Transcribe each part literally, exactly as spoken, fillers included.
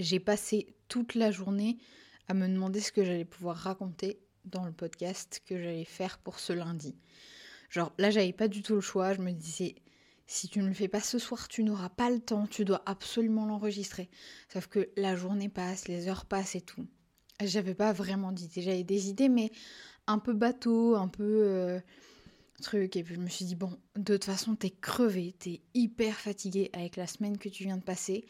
j'ai passé toute la journée à me demander ce que j'allais pouvoir raconter dans le podcast que j'allais faire pour ce lundi. Genre là, j'avais pas du tout le choix. Je me disais, si tu ne le fais pas ce soir, tu n'auras pas le temps. Tu dois absolument l'enregistrer. Sauf que la journée passe, les heures passent et tout. J'avais pas vraiment d'idées. J'avais des idées, mais un peu bateau, un peu euh, truc. Et puis je me suis dit, bon, de toute façon, t'es crevé, t'es hyper fatigué avec la semaine que tu viens de passer.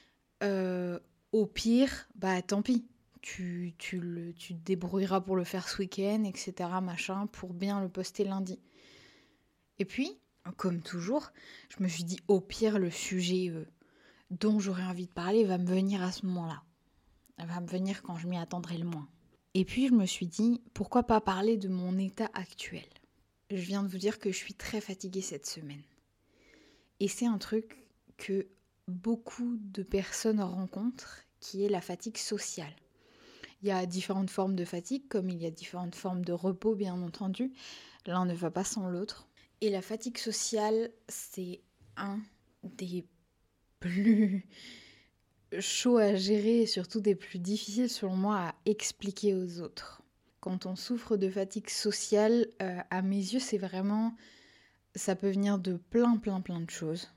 Euh, au pire, bah tant pis. Tu, tu, le, tu te débrouilleras pour le faire ce week-end, et cetera, machin, pour bien le poster lundi. Et puis, comme toujours, je me suis dit, au pire, le sujet euh, dont j'aurais envie de parler va me venir à ce moment-là. Elle va me venir quand je m'y attendrai le moins. Et puis, je me suis dit, pourquoi pas parler de mon état actuel ? Je viens de vous dire que je suis très fatiguée cette semaine. Et c'est un truc que beaucoup de personnes rencontrent, qui est la fatigue sociale. Il y a différentes formes de fatigue, comme il y a différentes formes de repos, bien entendu. L'un ne va pas sans l'autre. Et la fatigue sociale, c'est un des plus chauds à gérer et surtout des plus difficiles, selon moi, à expliquer aux autres. Quand on souffre de fatigue sociale, euh, à mes yeux, c'est vraiment... Ça peut venir de plein, plein, plein de choses.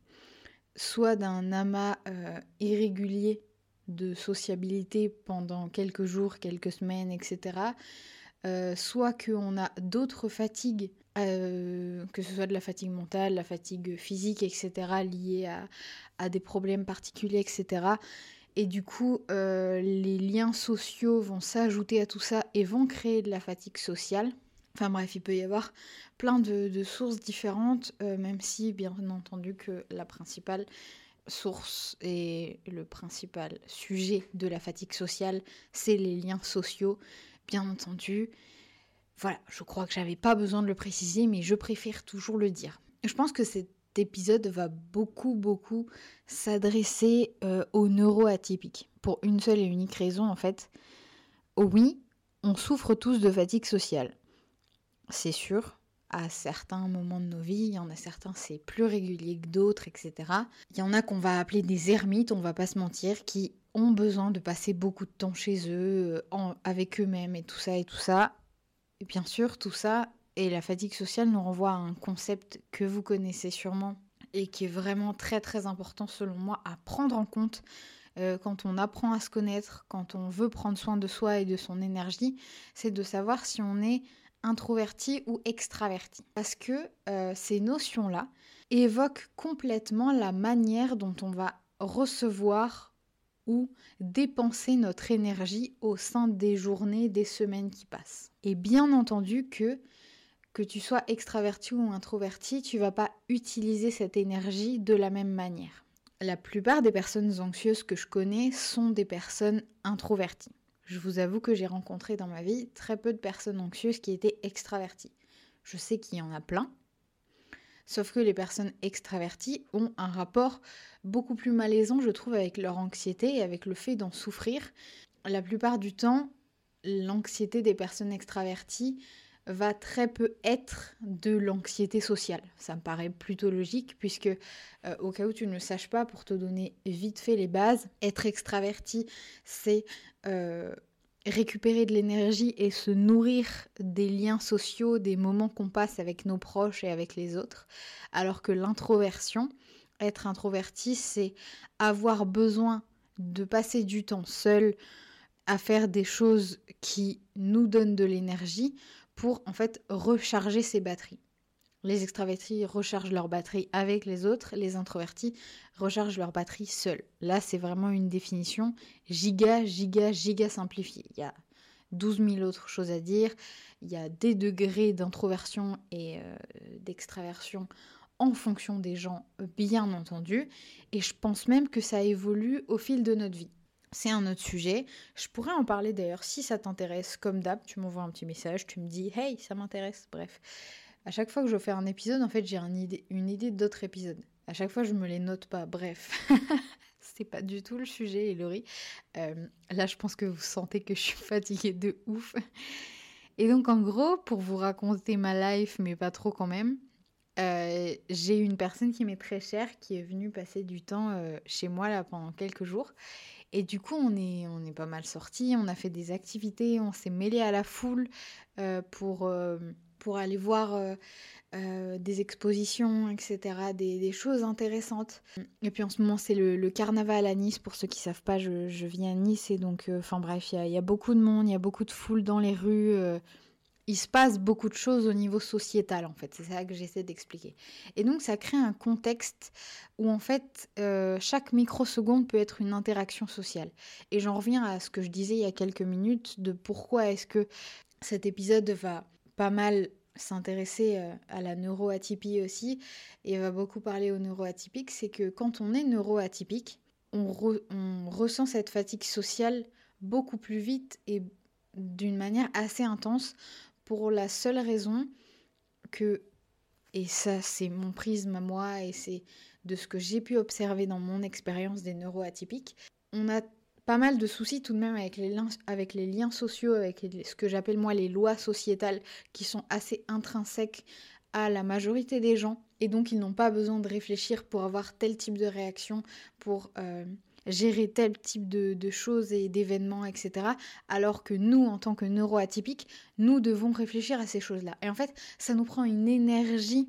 Soit d'un amas euh, irrégulier de sociabilité pendant quelques jours, quelques semaines, et cetera. Euh, soit qu'on a d'autres fatigues, euh, que ce soit de la fatigue mentale, la fatigue physique, et cetera, liée à, à des problèmes particuliers, et cetera. Et du coup, euh, les liens sociaux vont s'ajouter à tout ça et vont créer de la fatigue sociale. Enfin bref, il peut y avoir plein de, de sources différentes, euh, même si, bien entendu, que la principale source et le principal sujet de la fatigue sociale, c'est les liens sociaux, bien entendu. Voilà, je crois que j'avais pas besoin de le préciser, mais je préfère toujours le dire. Je pense que cet épisode va beaucoup, beaucoup s'adresser euh, aux neuroatypiques, pour une seule et unique raison, en fait. Oui, on souffre tous de fatigue sociale, c'est sûr. À certains moments de nos vies, il y en a certains c'est plus régulier que d'autres, et cetera. Il y en a qu'on va appeler des ermites, on va pas se mentir, qui ont besoin de passer beaucoup de temps chez eux, en, avec eux-mêmes et tout ça et tout ça. Et bien sûr, tout ça et la fatigue sociale nous renvoie à un concept que vous connaissez sûrement et qui est vraiment très très important selon moi à prendre en compte euh, quand on apprend à se connaître, quand on veut prendre soin de soi et de son énergie, c'est de savoir si on est introverti ou extraverti. Parce que euh, ces notions-là évoquent complètement la manière dont on va recevoir ou dépenser notre énergie au sein des journées, des semaines qui passent. Et bien entendu que, que tu sois extraverti ou introverti, tu vas pas utiliser cette énergie de la même manière. La plupart des personnes anxieuses que je connais sont des personnes introverties. Je vous avoue que j'ai rencontré dans ma vie très peu de personnes anxieuses qui étaient extraverties. Je sais qu'il y en a plein, sauf que les personnes extraverties ont un rapport beaucoup plus malaisant, je trouve, avec leur anxiété et avec le fait d'en souffrir. La plupart du temps, l'anxiété des personnes extraverties va très peu être de l'anxiété sociale. Ça me paraît plutôt logique puisque, euh, au cas où tu ne le saches pas, pour te donner vite fait les bases, être extraverti, c'est euh, récupérer de l'énergie et se nourrir des liens sociaux, des moments qu'on passe avec nos proches et avec les autres, alors que l'introversion, être introverti, c'est avoir besoin de passer du temps seul à faire des choses qui nous donnent de l'énergie pour en fait recharger ses batteries. Les extravertis rechargent leur batterie avec les autres, les introvertis rechargent leur batterie seuls. Là, c'est vraiment une définition giga, giga, giga simplifiée. Il y a douze mille autres choses à dire, il y a des degrés d'introversion et euh, d'extraversion en fonction des gens, bien entendu, et je pense même que ça évolue au fil de notre vie. C'est un autre sujet. Je pourrais en parler d'ailleurs si ça t'intéresse. Comme d'hab, tu m'envoies un petit message, tu me dis « Hey, ça m'intéresse ». Bref, à chaque fois que je fais un épisode, en fait, j'ai un idée, une idée d'autres épisodes. À chaque fois, je me les note pas. Bref, c'est pas du tout le sujet, Hélory. Euh, là, je pense que vous sentez que je suis fatiguée de ouf. Et donc, en gros, pour vous raconter ma life, mais pas trop quand même, euh, j'ai une personne qui m'est très chère qui est venue passer du temps euh, chez moi là pendant quelques jours. Et du coup, on est, on est pas mal sortis, on a fait des activités, on s'est mêlé à la foule euh, pour, euh, pour aller voir euh, euh, des expositions, et cetera, des, des choses intéressantes. Et puis en ce moment, c'est le, le carnaval à Nice. Pour ceux qui savent pas, je, je vis à Nice et donc, enfin euh, bref, il y, y a beaucoup de monde, il y a beaucoup de foule dans les rues. Euh, il se passe beaucoup de choses au niveau sociétal, en fait. C'est ça que j'essaie d'expliquer. Et donc, ça crée un contexte où, en fait, euh, chaque microseconde peut être une interaction sociale. Et j'en reviens à ce que je disais il y a quelques minutes de pourquoi est-ce que cet épisode va pas mal s'intéresser euh, à la neuroatypie aussi et va beaucoup parler aux neuroatypiques. C'est que quand on est neuroatypique, on, re- on ressent cette fatigue sociale beaucoup plus vite et d'une manière assez intense, pour la seule raison que, et ça c'est mon prisme à moi et c'est de ce que j'ai pu observer dans mon expérience des neuroatypiques, on a pas mal de soucis tout de même avec les liens, avec les liens sociaux, avec les, ce que j'appelle moi les lois sociétales qui sont assez intrinsèques à la majorité des gens et donc ils n'ont pas besoin de réfléchir pour avoir tel type de réaction, pour... Euh, gérer tel type de, de choses et d'événements, et cetera. Alors que nous, en tant que neuroatypiques, nous devons réfléchir à ces choses-là. Et en fait, ça nous prend une énergie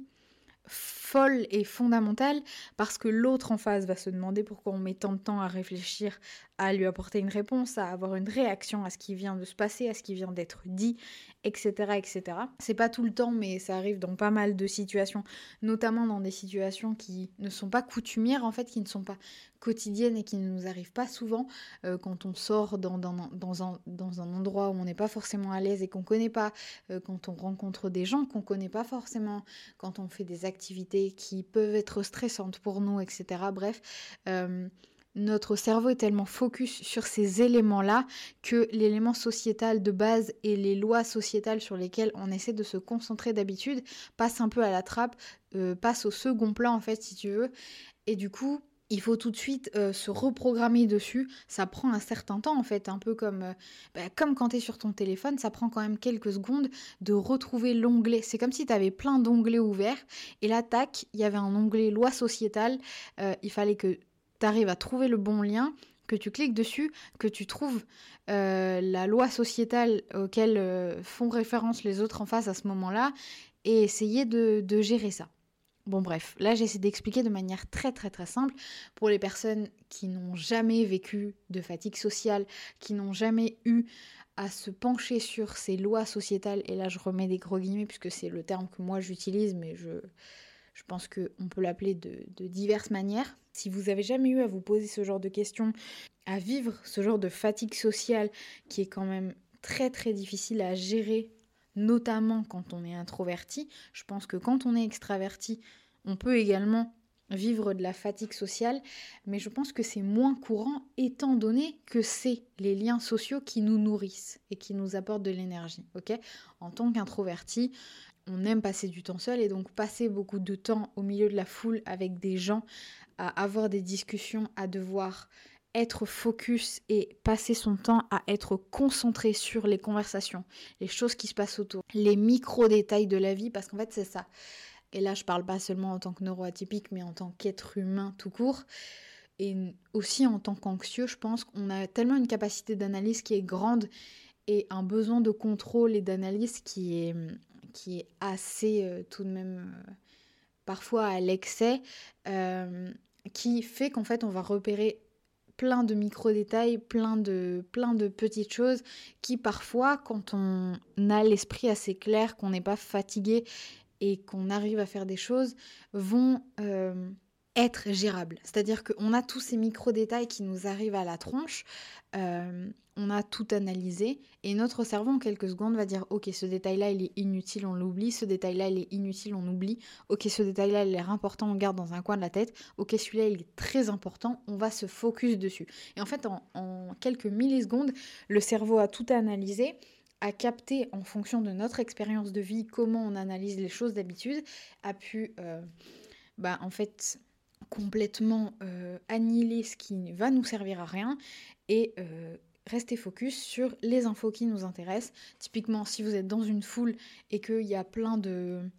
folle et fondamentale parce que l'autre en face va se demander pourquoi on met tant de temps à réfléchir, à lui apporter une réponse, à avoir une réaction à ce qui vient de se passer, à ce qui vient d'être dit, et cetera, et cetera. C'est pas tout le temps, mais ça arrive dans pas mal de situations, notamment dans des situations qui ne sont pas coutumières, en fait, qui ne sont pas quotidiennes et qui ne nous arrivent pas souvent euh, quand on sort dans, dans, dans, un, dans un endroit où on n'est pas forcément à l'aise et qu'on connaît pas, euh, quand on rencontre des gens qu'on connaît pas forcément, quand on fait des activités qui peuvent être stressantes pour nous, et cetera. Bref, euh, notre cerveau est tellement focus sur ces éléments-là que l'élément sociétal de base et les lois sociétales sur lesquelles on essaie de se concentrer d'habitude passent un peu à la trappe, euh, passent au second plan en fait si tu veux. Et du coup, il faut tout de suite euh, se reprogrammer dessus. Ça prend un certain temps en fait, un peu comme, euh, bah, comme quand tu es sur ton téléphone, ça prend quand même quelques secondes de retrouver l'onglet. C'est comme si tu avais plein d'onglets ouverts et là, tac, il y avait un onglet loi sociétale. Euh, il fallait que tu arrives à trouver le bon lien, que tu cliques dessus, que tu trouves euh, la loi sociétale auquel euh, font référence les autres en face à ce moment-là et essayer de, de gérer ça. Bon bref, là j'essaie d'expliquer de manière très très très simple pour les personnes qui n'ont jamais vécu de fatigue sociale, qui n'ont jamais eu à se pencher sur ces lois sociétales, et là je remets des gros guillemets puisque c'est le terme que moi j'utilise, mais je, je pense qu'on peut l'appeler de, de diverses manières. Si vous avez jamais eu à vous poser ce genre de questions, à vivre ce genre de fatigue sociale qui est quand même très très difficile à gérer, notamment quand on est introverti. Je pense que quand on est extraverti, on peut également vivre de la fatigue sociale, mais je pense que c'est moins courant étant donné que c'est les liens sociaux qui nous nourrissent et qui nous apportent de l'énergie. Okay ? En tant qu'introverti, on aime passer du temps seul et donc passer beaucoup de temps au milieu de la foule avec des gens, à avoir des discussions, à devoir être focus et passer son temps à être concentré sur les conversations, les choses qui se passent autour, les micro-détails de la vie, parce qu'en fait c'est ça. Et là je parle pas seulement en tant que neuroatypique, mais en tant qu'être humain tout court, et aussi en tant qu'anxieux, je pense qu'on a tellement une capacité d'analyse qui est grande et un besoin de contrôle et d'analyse qui est, qui est assez euh, tout de même euh, parfois à l'excès, euh, qui fait qu'en fait on va repérer plein de micro-détails, plein de, plein de petites choses qui parfois, quand on a l'esprit assez clair, qu'on n'est pas fatigué et qu'on arrive à faire des choses, vont euh, être gérables. C'est-à-dire qu'on a tous ces micro-détails qui nous arrivent à la tronche, euh, on a tout analysé et notre cerveau en quelques secondes va dire ok, ce détail-là il est inutile, on l'oublie, ce détail-là il est inutile, on oublie, ok, ce détail-là il est important, on le garde dans un coin de la tête, ok, celui-là il est très important, on va se focus dessus. Et en fait en, en quelques millisecondes, le cerveau a tout analysé, a capté en fonction de notre expérience de vie comment on analyse les choses d'habitude, a pu euh, bah, en fait complètement euh, annihiler ce qui va nous servir à rien et euh, rester focus sur les infos qui nous intéressent. Typiquement, si vous êtes dans une foule et qu'il y a plein de,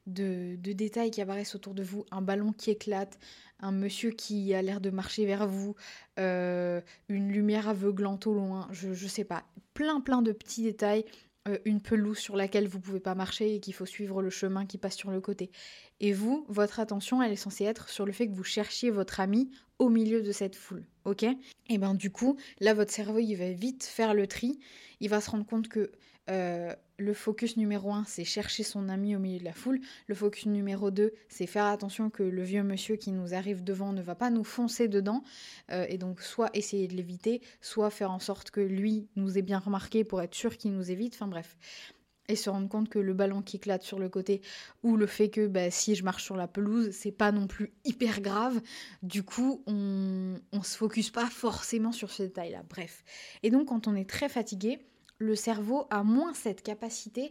de, de détails qui apparaissent autour de vous, un ballon qui éclate, un monsieur qui a l'air de marcher vers vous, euh, une lumière aveuglante au loin, je, je sais pas, plein plein de petits détails, euh, une pelouse sur laquelle vous pouvez pas marcher et qu'il faut suivre le chemin qui passe sur le côté. Et vous, votre attention, elle est censée être sur le fait que vous cherchiez votre ami au milieu de cette foule, ok ? Et ben du coup, là, votre cerveau, il va vite faire le tri, il va se rendre compte que euh, le focus numéro un, c'est chercher son ami au milieu de la foule. Le focus numéro deux, c'est faire attention que le vieux monsieur qui nous arrive devant ne va pas nous foncer dedans. Euh, et donc, soit essayer de l'éviter, soit faire en sorte que lui nous ait bien remarqué pour être sûr qu'il nous évite. Enfin bref. Et se rendre compte que le ballon qui éclate sur le côté ou le fait que bah, si je marche sur la pelouse, c'est pas non plus hyper grave. Du coup, on, on se focus pas forcément sur ces détails-là. Bref. Et donc, quand on est très fatigué, le cerveau a moins cette capacité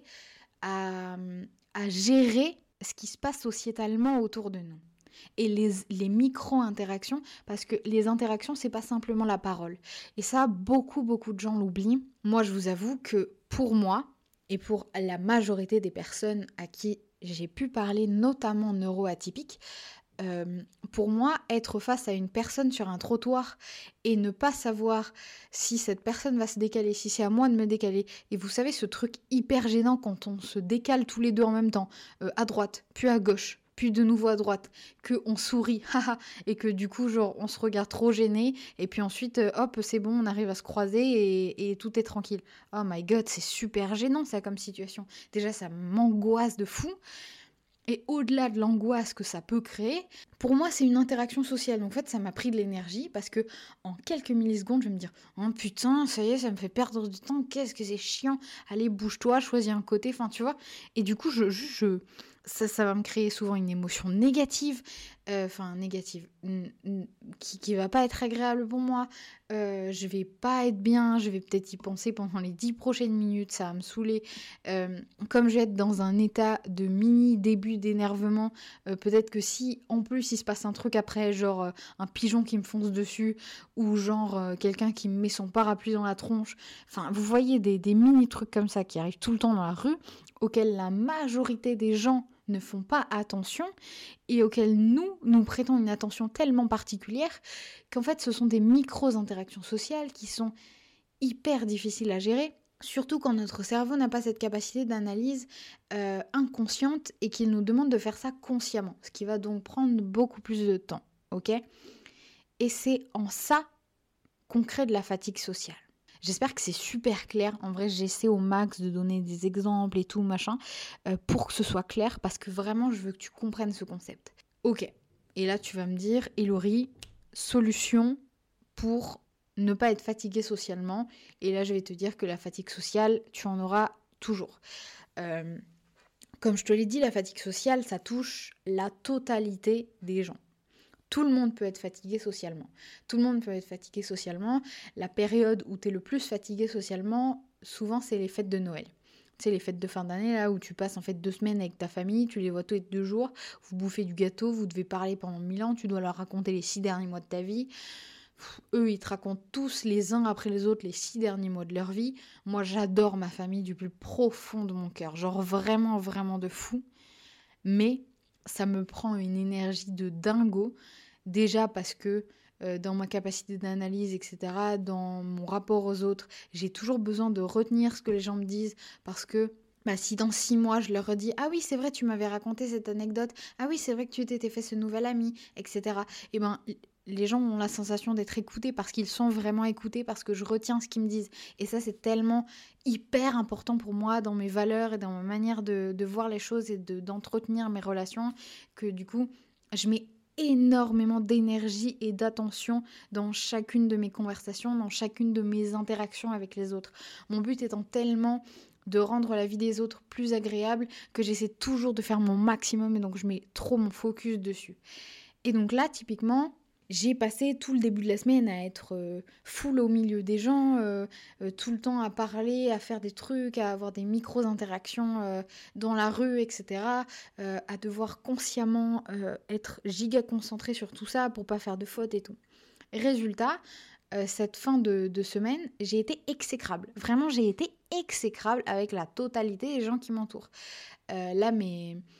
à, à gérer ce qui se passe sociétalement autour de nous. Et les, les micro-interactions, parce que les interactions, c'est pas simplement la parole. Et ça, beaucoup, beaucoup de gens l'oublient. Moi, je vous avoue que pour moi, et pour la majorité des personnes à qui j'ai pu parler, notamment neuroatypiques, Euh, pour moi, être face à une personne sur un trottoir et ne pas savoir si cette personne va se décaler, si c'est à moi de me décaler, et vous savez ce truc hyper gênant quand on se décale tous les deux en même temps, euh, à droite, puis à gauche, puis de nouveau à droite, que on sourit, haha, et que du coup genre on se regarde trop gêné, et puis ensuite euh, hop c'est bon, on arrive à se croiser et, et tout est tranquille. Oh my god, c'est super gênant ça comme situation. Déjà ça m'angoisse de fou. Et au-delà de l'angoisse que ça peut créer, pour moi, c'est une interaction sociale. Donc, en fait, ça m'a pris de l'énergie parce que en quelques millisecondes, je vais me dire « Oh putain, ça y est, ça me fait perdre du temps. Qu'est-ce que c'est chiant. Allez, bouge-toi, choisis un côté. » Enfin, tu vois. Et du coup, je, je, je- ça, ça va me créer souvent une émotion négative. euh, Enfin, négative. n- n- Qui, qui va pas être agréable pour moi. Euh, je vais pas être bien. Je vais peut-être y penser pendant les dix prochaines minutes. Ça va me saouler. Euh, comme je vais être dans un état de mini début d'énervement, euh, peut-être que si en plus il se passe un truc après, genre euh, un pigeon qui me fonce dessus, ou genre euh, quelqu'un qui me met son parapluie dans la tronche, enfin vous voyez des, des mini trucs comme ça qui arrivent tout le temps dans la rue, auxquels la majorité des gens ne font pas attention et auxquels nous, nous prêtons une attention tellement particulière qu'en fait ce sont des micro-interactions sociales qui sont hyper difficiles à gérer. Surtout quand notre cerveau n'a pas cette capacité d'analyse euh, inconsciente et qu'il nous demande de faire ça consciemment, ce qui va donc prendre beaucoup plus de temps, ok ? Et c'est en ça qu'on crée de la fatigue sociale. J'espère que c'est super clair. En vrai, j'essaie au max de donner des exemples et tout, machin, euh, pour que ce soit clair, parce que vraiment, je veux que tu comprennes ce concept. Ok. Et là, tu vas me dire, Hilary, solution pour ne pas être fatigué socialement. Et là, je vais te dire que la fatigue sociale, tu en auras toujours. Euh, comme je te l'ai dit, la fatigue sociale, ça touche la totalité des gens. Tout le monde peut être fatigué socialement. Tout le monde peut être fatigué socialement. La période où tu es le plus fatigué socialement, souvent, c'est les fêtes de Noël. Tu sais, les fêtes de fin d'année, là, où tu passes en fait deux semaines avec ta famille, tu les vois tous les deux jours, vous bouffez du gâteau, vous devez parler pendant mille ans, tu dois leur raconter les six derniers mois de ta vie. Pff, eux, ils te racontent tous les uns après les autres les six derniers mois de leur vie. Moi, j'adore ma famille du plus profond de mon cœur. Genre vraiment, vraiment de fou. Mais ça me prend une énergie de dingo. Déjà parce que euh, dans ma capacité d'analyse, et cetera, dans mon rapport aux autres, j'ai toujours besoin de retenir ce que les gens me disent parce que bah, si dans six mois je leur redis « Ah oui, c'est vrai, tu m'avais raconté cette anecdote. Ah oui, c'est vrai que tu t'étais fait ce nouvel ami, et cetera » Et ben les gens ont la sensation d'être écoutés parce qu'ils sont vraiment écoutés, parce que je retiens ce qu'ils me disent. Et ça, c'est tellement hyper important pour moi dans mes valeurs et dans ma manière de, de voir les choses et de, d'entretenir mes relations que du coup, je mets énormément d'énergie et d'attention dans chacune de mes conversations, dans chacune de mes interactions avec les autres. Mon but étant tellement de rendre la vie des autres plus agréable que j'essaie toujours de faire mon maximum et donc je mets trop mon focus dessus. Et donc là, typiquement, j'ai passé tout le début de la semaine à être euh, full au milieu des gens, euh, euh, tout le temps à parler, à faire des trucs, à avoir des micro-interactions euh, dans la rue, et cetera. Euh, à devoir consciemment euh, être giga concentrée sur tout ça pour pas faire de fautes et tout. Résultat, euh, cette fin de, de semaine, j'ai été exécrable. Vraiment, j'ai été exécrable avec la totalité des gens qui m'entourent. Euh, là, mes...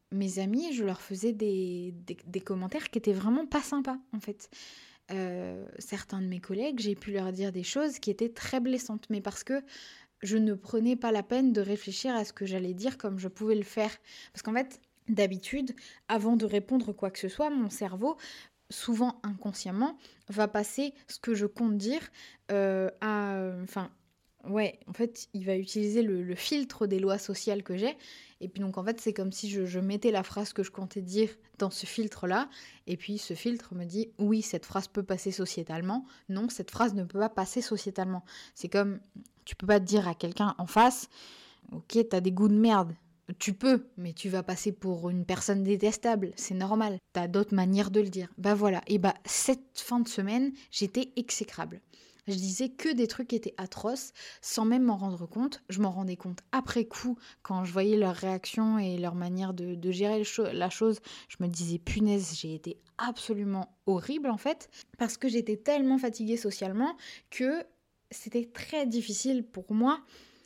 mes amis, je leur faisais des, des, des commentaires qui étaient vraiment pas sympas, en fait. Euh, certains de mes collègues, j'ai pu leur dire des choses qui étaient très blessantes, mais parce que je ne prenais pas la peine de réfléchir à ce que j'allais dire comme je pouvais le faire. Parce qu'en fait, d'habitude, avant de répondre quoi que ce soit, mon cerveau, souvent inconsciemment, va passer ce que je compte dire euh, à... Enfin, ouais, en fait, il va utiliser le, le filtre des lois sociales que j'ai. Et puis donc, en fait, c'est comme si je, je mettais la phrase que je comptais dire dans ce filtre-là. Et puis, ce filtre me dit, oui, cette phrase peut passer sociétalement. Non, cette phrase ne peut pas passer sociétalement. C'est comme, tu peux pas dire à quelqu'un en face, ok, t'as des goûts de merde. Tu peux, mais tu vas passer pour une personne détestable, c'est normal. T'as d'autres manières de le dire. Bah voilà, et bah cette fin de semaine, j'étais exécrable. Je disais que des trucs qui étaient atroces, sans même m'en rendre compte. Je m'en rendais compte après coup, quand je voyais leurs réactions et leur manière de, de gérer le cho- la chose. Je me disais, punaise, j'ai été absolument horrible en fait, parce que j'étais tellement fatiguée socialement que c'était très difficile pour moi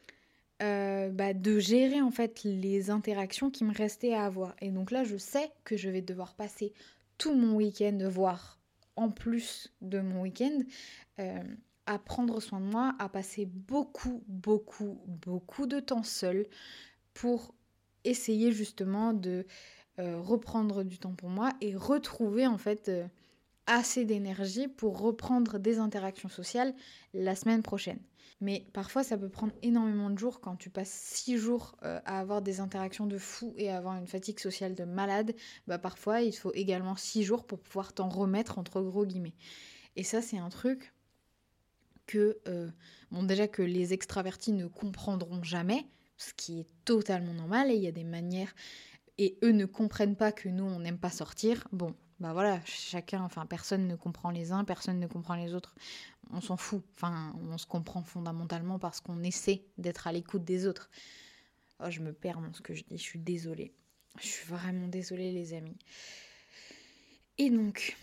euh, bah, de gérer en fait les interactions qui me restaient à avoir. Et donc là, je sais que je vais devoir passer tout mon week-end, voire en plus de mon week-end, euh, à prendre soin de moi, à passer beaucoup, beaucoup, beaucoup de temps seule pour essayer justement de euh, reprendre du temps pour moi et retrouver en fait euh, assez d'énergie pour reprendre des interactions sociales la semaine prochaine. Mais parfois, ça peut prendre énormément de jours quand tu passes six jours euh, à avoir des interactions de fou et à avoir une fatigue sociale de malade. Bah parfois, il faut également six jours pour pouvoir t'en remettre entre gros guillemets. Et ça, c'est un truc que, euh, bon, déjà que les extravertis ne comprendront jamais, ce qui est totalement normal. Et il y a des manières, et eux ne comprennent pas que nous, on n'aime pas sortir. Bon, bah voilà, chacun, enfin, personne ne comprend les uns, personne ne comprend les autres. On s'en fout. Enfin, on se comprend fondamentalement parce qu'on essaie d'être à l'écoute des autres. Oh, je me perds dans ce que je dis, je suis désolée. Je suis vraiment désolée, les amis. Et donc,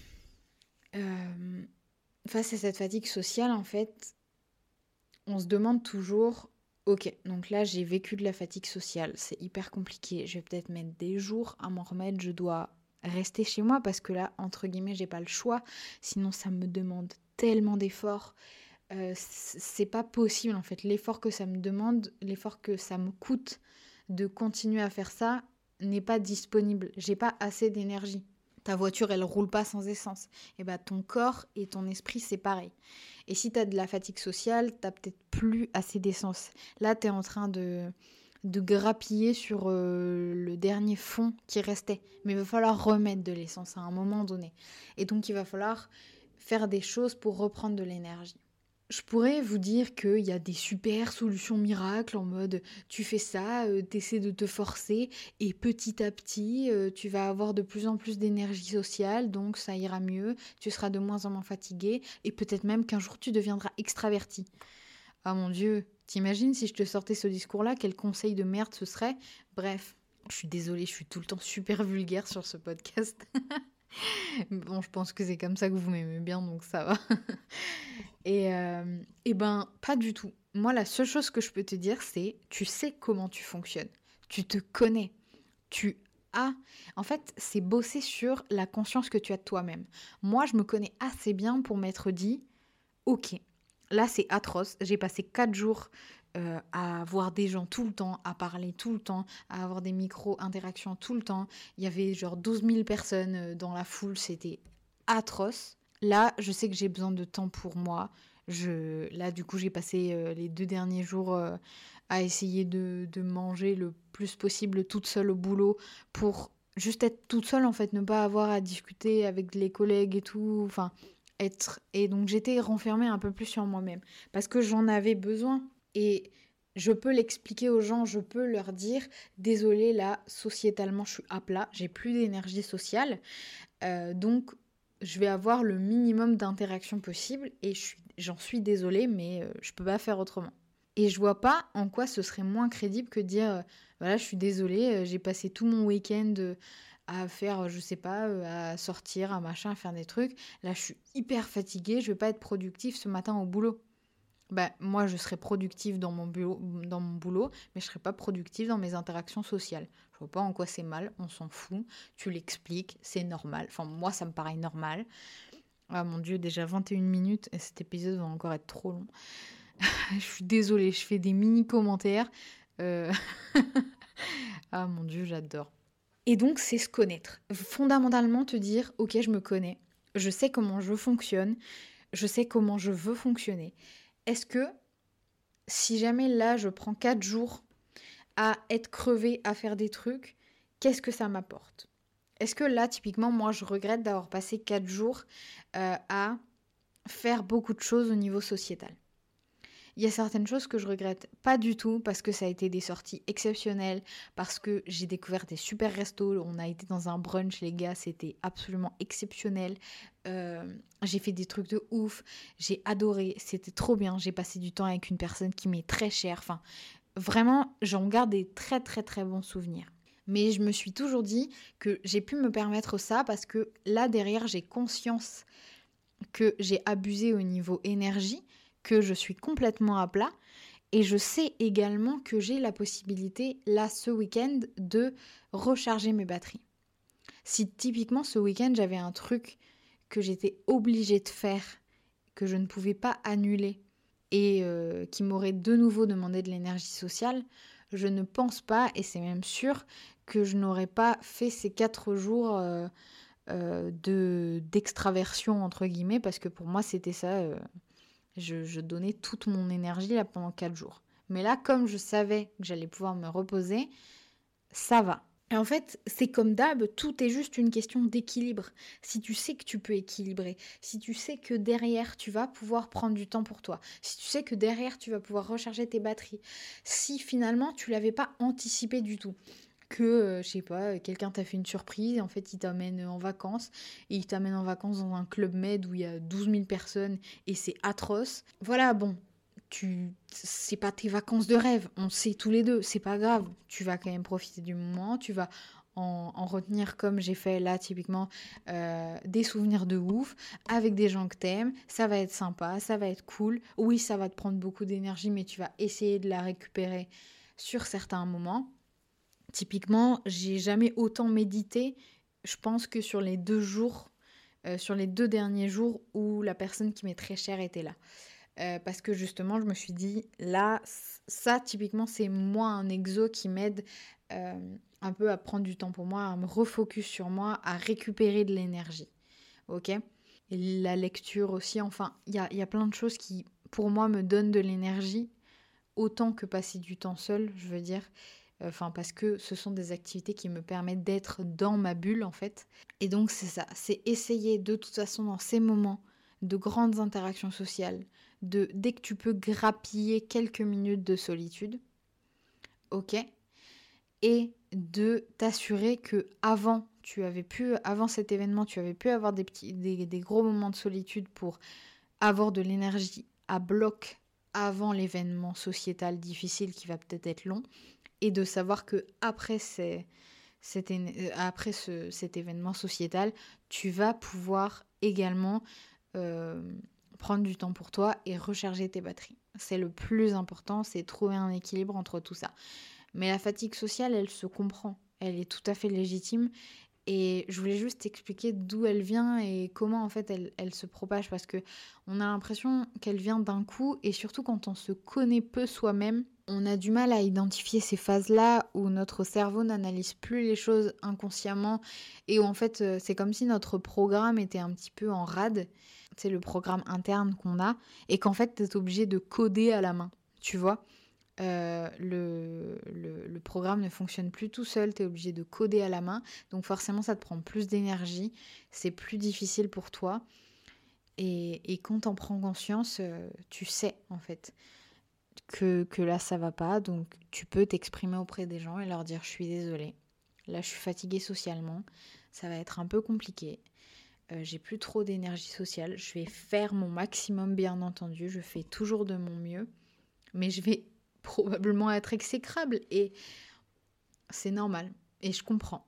euh, face à cette fatigue sociale, en fait, on se demande toujours, ok, donc là j'ai vécu de la fatigue sociale, c'est hyper compliqué, je vais peut-être mettre des jours à m'en remettre, je dois rester chez moi parce que là, entre guillemets, j'ai pas le choix, sinon ça me demande tellement d'efforts, euh, c'est pas possible en fait, l'effort que ça me demande, l'effort que ça me coûte de continuer à faire ça n'est pas disponible, j'ai pas assez d'énergie. Ta voiture, elle roule pas sans essence. Et bah ton corps et ton esprit, c'est pareil. Et si tu as de la fatigue sociale, t'as peut-être plus assez d'essence. Là, tu es en train de, de grappiller sur euh, le dernier fond qui restait. Mais il va falloir remettre de l'essence à un moment donné. Et donc, il va falloir faire des choses pour reprendre de l'énergie. Je pourrais vous dire qu'il y a des super solutions miracles en mode tu fais ça, euh, t'essaies de te forcer et petit à petit euh, tu vas avoir de plus en plus d'énergie sociale donc ça ira mieux, tu seras de moins en moins fatigué et peut-être même qu'un jour tu deviendras extraverti. Ah mon Dieu, t'imagines si je te sortais ce discours-là, quel conseil de merde ce serait? Bref, je suis désolée, je suis tout le temps super vulgaire sur ce podcast. Bon, je pense que c'est comme ça que vous m'aimez bien donc ça va. Et, euh, et ben, pas du tout. Moi, la seule chose que je peux te dire, c'est tu sais comment tu fonctionnes. Tu te connais. Tu as... En fait, c'est bosser sur la conscience que tu as de toi-même. Moi, je me connais assez bien pour m'être dit, ok, là, c'est atroce. J'ai passé quatre jours euh, à voir des gens tout le temps, à parler tout le temps, à avoir des micro-interactions tout le temps. Il y avait genre douze mille personnes euh, dans la foule. C'était atroce. Là, je sais que j'ai besoin de temps pour moi. Je... Là, du coup, j'ai passé euh, les deux derniers jours euh, à essayer de, de manger le plus possible toute seule au boulot pour juste être toute seule, en fait, ne pas avoir à discuter avec les collègues et tout. Enfin, être... Et donc, j'étais renfermée un peu plus sur moi-même parce que j'en avais besoin. Et je peux l'expliquer aux gens, je peux leur dire, désolée, là, sociétalement, je suis à plat, j'ai plus d'énergie sociale. Euh, donc, je vais avoir le minimum d'interaction possible et je suis, j'en suis désolée, mais euh, je peux pas faire autrement. Et je vois pas en quoi ce serait moins crédible que de dire, euh, voilà, je suis désolée, euh, j'ai passé tout mon week-end euh, à faire, euh, je sais pas, euh, à sortir, à machin, à faire des trucs. Là, je suis hyper fatiguée, je vais pas être productive ce matin au boulot. bah, moi, je serais productive dans mon bureau, dans mon boulot, mais je serais pas productive dans mes interactions sociales. Je vois pas en quoi c'est mal, on s'en fout. Tu l'expliques, c'est normal. Enfin, moi, ça me paraît normal. Ah mon Dieu, déjà vingt et une minutes et cet épisode va encore être trop long. Je suis désolée, je fais des mini commentaires. Euh, ah mon Dieu, j'adore. Et donc, c'est se connaître. Fondamentalement, te dire, ok, je me connais, je sais comment je fonctionne, je sais comment je veux fonctionner. Est-ce que si jamais là, je prends quatre jours à être crevée, à faire des trucs, qu'est-ce que ça m'apporte? Est-ce que là, typiquement, moi, je regrette d'avoir passé quatre jours euh, à faire beaucoup de choses au niveau sociétal? Il y a certaines choses que je regrette pas du tout parce que ça a été des sorties exceptionnelles, parce que j'ai découvert des super restos. On a été dans un brunch, les gars, c'était absolument exceptionnel. Euh, j'ai fait des trucs de ouf, j'ai adoré, c'était trop bien. J'ai passé du temps avec une personne qui m'est très chère. Enfin, vraiment, j'en garde des très très très bons souvenirs. Mais je me suis toujours dit que j'ai pu me permettre ça parce que là derrière, j'ai conscience que j'ai abusé au niveau énergie, que je suis complètement à plat. Et je sais également que j'ai la possibilité, là, ce week-end, de recharger mes batteries. Si typiquement ce week-end, j'avais un truc que j'étais obligée de faire, que je ne pouvais pas annuler, et euh, qui m'aurait de nouveau demandé de l'énergie sociale, je ne pense pas, et c'est même sûr, que je n'aurais pas fait ces quatre jours euh, euh, de, d'extraversion, entre guillemets, parce que pour moi, c'était ça. Euh, je, je donnais toute mon énergie là pendant quatre jours. Mais là, comme je savais que j'allais pouvoir me reposer, ça va. Et en fait, c'est comme d'hab, tout est juste une question d'équilibre. Si tu sais que tu peux équilibrer, si tu sais que derrière, tu vas pouvoir prendre du temps pour toi, si tu sais que derrière, tu vas pouvoir recharger tes batteries, si finalement, tu l'avais pas anticipé du tout, que, euh, je sais pas, quelqu'un t'a fait une surprise, et en fait il t'amène en vacances, et il t'amène en vacances dans un club med où il y a douze mille personnes, et c'est atroce. Voilà, bon, tu c'est pas tes vacances de rêve, on sait tous les deux, c'est pas grave, tu vas quand même profiter du moment, tu vas en, en retenir comme j'ai fait là typiquement euh, des souvenirs de ouf avec des gens que t'aimes, ça va être sympa, ça va être cool, oui ça va te prendre beaucoup d'énergie mais tu vas essayer de la récupérer sur certains moments. Typiquement, j'ai jamais autant médité, je pense que sur les deux jours, euh, sur les deux derniers jours où la personne qui m'est très chère était là. Euh, parce que justement, je me suis dit, là, ça, typiquement, c'est moi un exo qui m'aide euh, un peu à prendre du temps pour moi, à me refocus sur moi, à récupérer de l'énergie. Ok? Et la lecture aussi, enfin, il y a, y a plein de choses qui, pour moi, me donnent de l'énergie, autant que passer du temps seul, je veux dire. Enfin, parce que ce sont des activités qui me permettent d'être dans ma bulle, en fait. Et donc, c'est ça. C'est essayer, de toute façon, dans ces moments de grandes interactions sociales, de dès que tu peux grappiller quelques minutes de solitude, ok, et de t'assurer que avant tu avais pu, avant cet événement, tu avais pu avoir des petits, des, des gros moments de solitude pour avoir de l'énergie à bloc avant l'événement sociétal difficile qui va peut-être être long, et de savoir que après c'est cet, après ce, cet événement sociétal, tu vas pouvoir également euh, prendre du temps pour toi et recharger tes batteries. C'est le plus important, c'est trouver un équilibre entre tout ça. Mais la fatigue sociale, elle se comprend, elle est tout à fait légitime. Et je voulais juste expliquer d'où elle vient et comment en fait elle, elle se propage, parce que on a l'impression qu'elle vient d'un coup, et surtout quand on se connaît peu soi-même, on a du mal à identifier ces phases-là où notre cerveau n'analyse plus les choses inconsciemment et où en fait c'est comme si notre programme était un petit peu en rade, c'est le programme interne qu'on a, et qu'en fait tu es obligé de coder à la main, tu vois. Euh, le, le, le programme ne fonctionne plus tout seul, tu es obligé de coder à la main, donc forcément ça te prend plus d'énergie, c'est plus difficile pour toi, et, et quand t'en prends conscience, euh, tu sais en fait que, que là ça va pas, donc tu peux t'exprimer auprès des gens et leur dire je suis désolée, là je suis fatiguée socialement, ça va être un peu compliqué, euh, j'ai plus trop d'énergie sociale, je vais faire mon maximum bien entendu, je fais toujours de mon mieux, mais je vais probablement être exécrable, et c'est normal, et je comprends.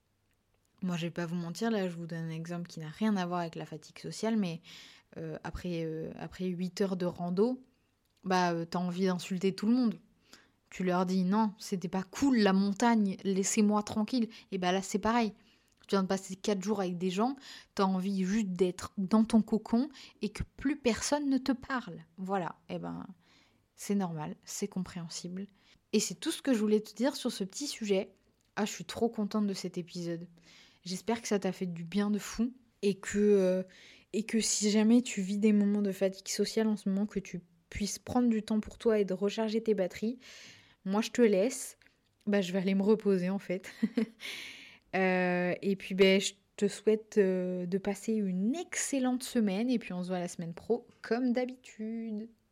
Moi, je vais pas vous mentir, là, je vous donne un exemple qui n'a rien à voir avec la fatigue sociale, mais euh, après, euh, après huit heures de rando, bah euh, t'as envie d'insulter tout le monde. Tu leur dis non, c'était pas cool la montagne, laissez-moi tranquille. Et bah là c'est pareil. Tu viens de passer quatre jours avec des gens, t'as envie juste d'être dans ton cocon et que plus personne ne te parle. Voilà, et ben c'est normal, c'est compréhensible. Et c'est tout ce que je voulais te dire sur ce petit sujet. Ah, je suis trop contente de cet épisode. J'espère que ça t'a fait du bien de fou et que, euh, et que si jamais tu vis des moments de fatigue sociale en ce moment, que tu puisses prendre du temps pour toi et de recharger tes batteries. Moi, je te laisse. Bah, je vais aller me reposer en fait. Euh, et puis, ben, je te souhaite euh, de passer une excellente semaine et puis on se voit la semaine pro comme d'habitude.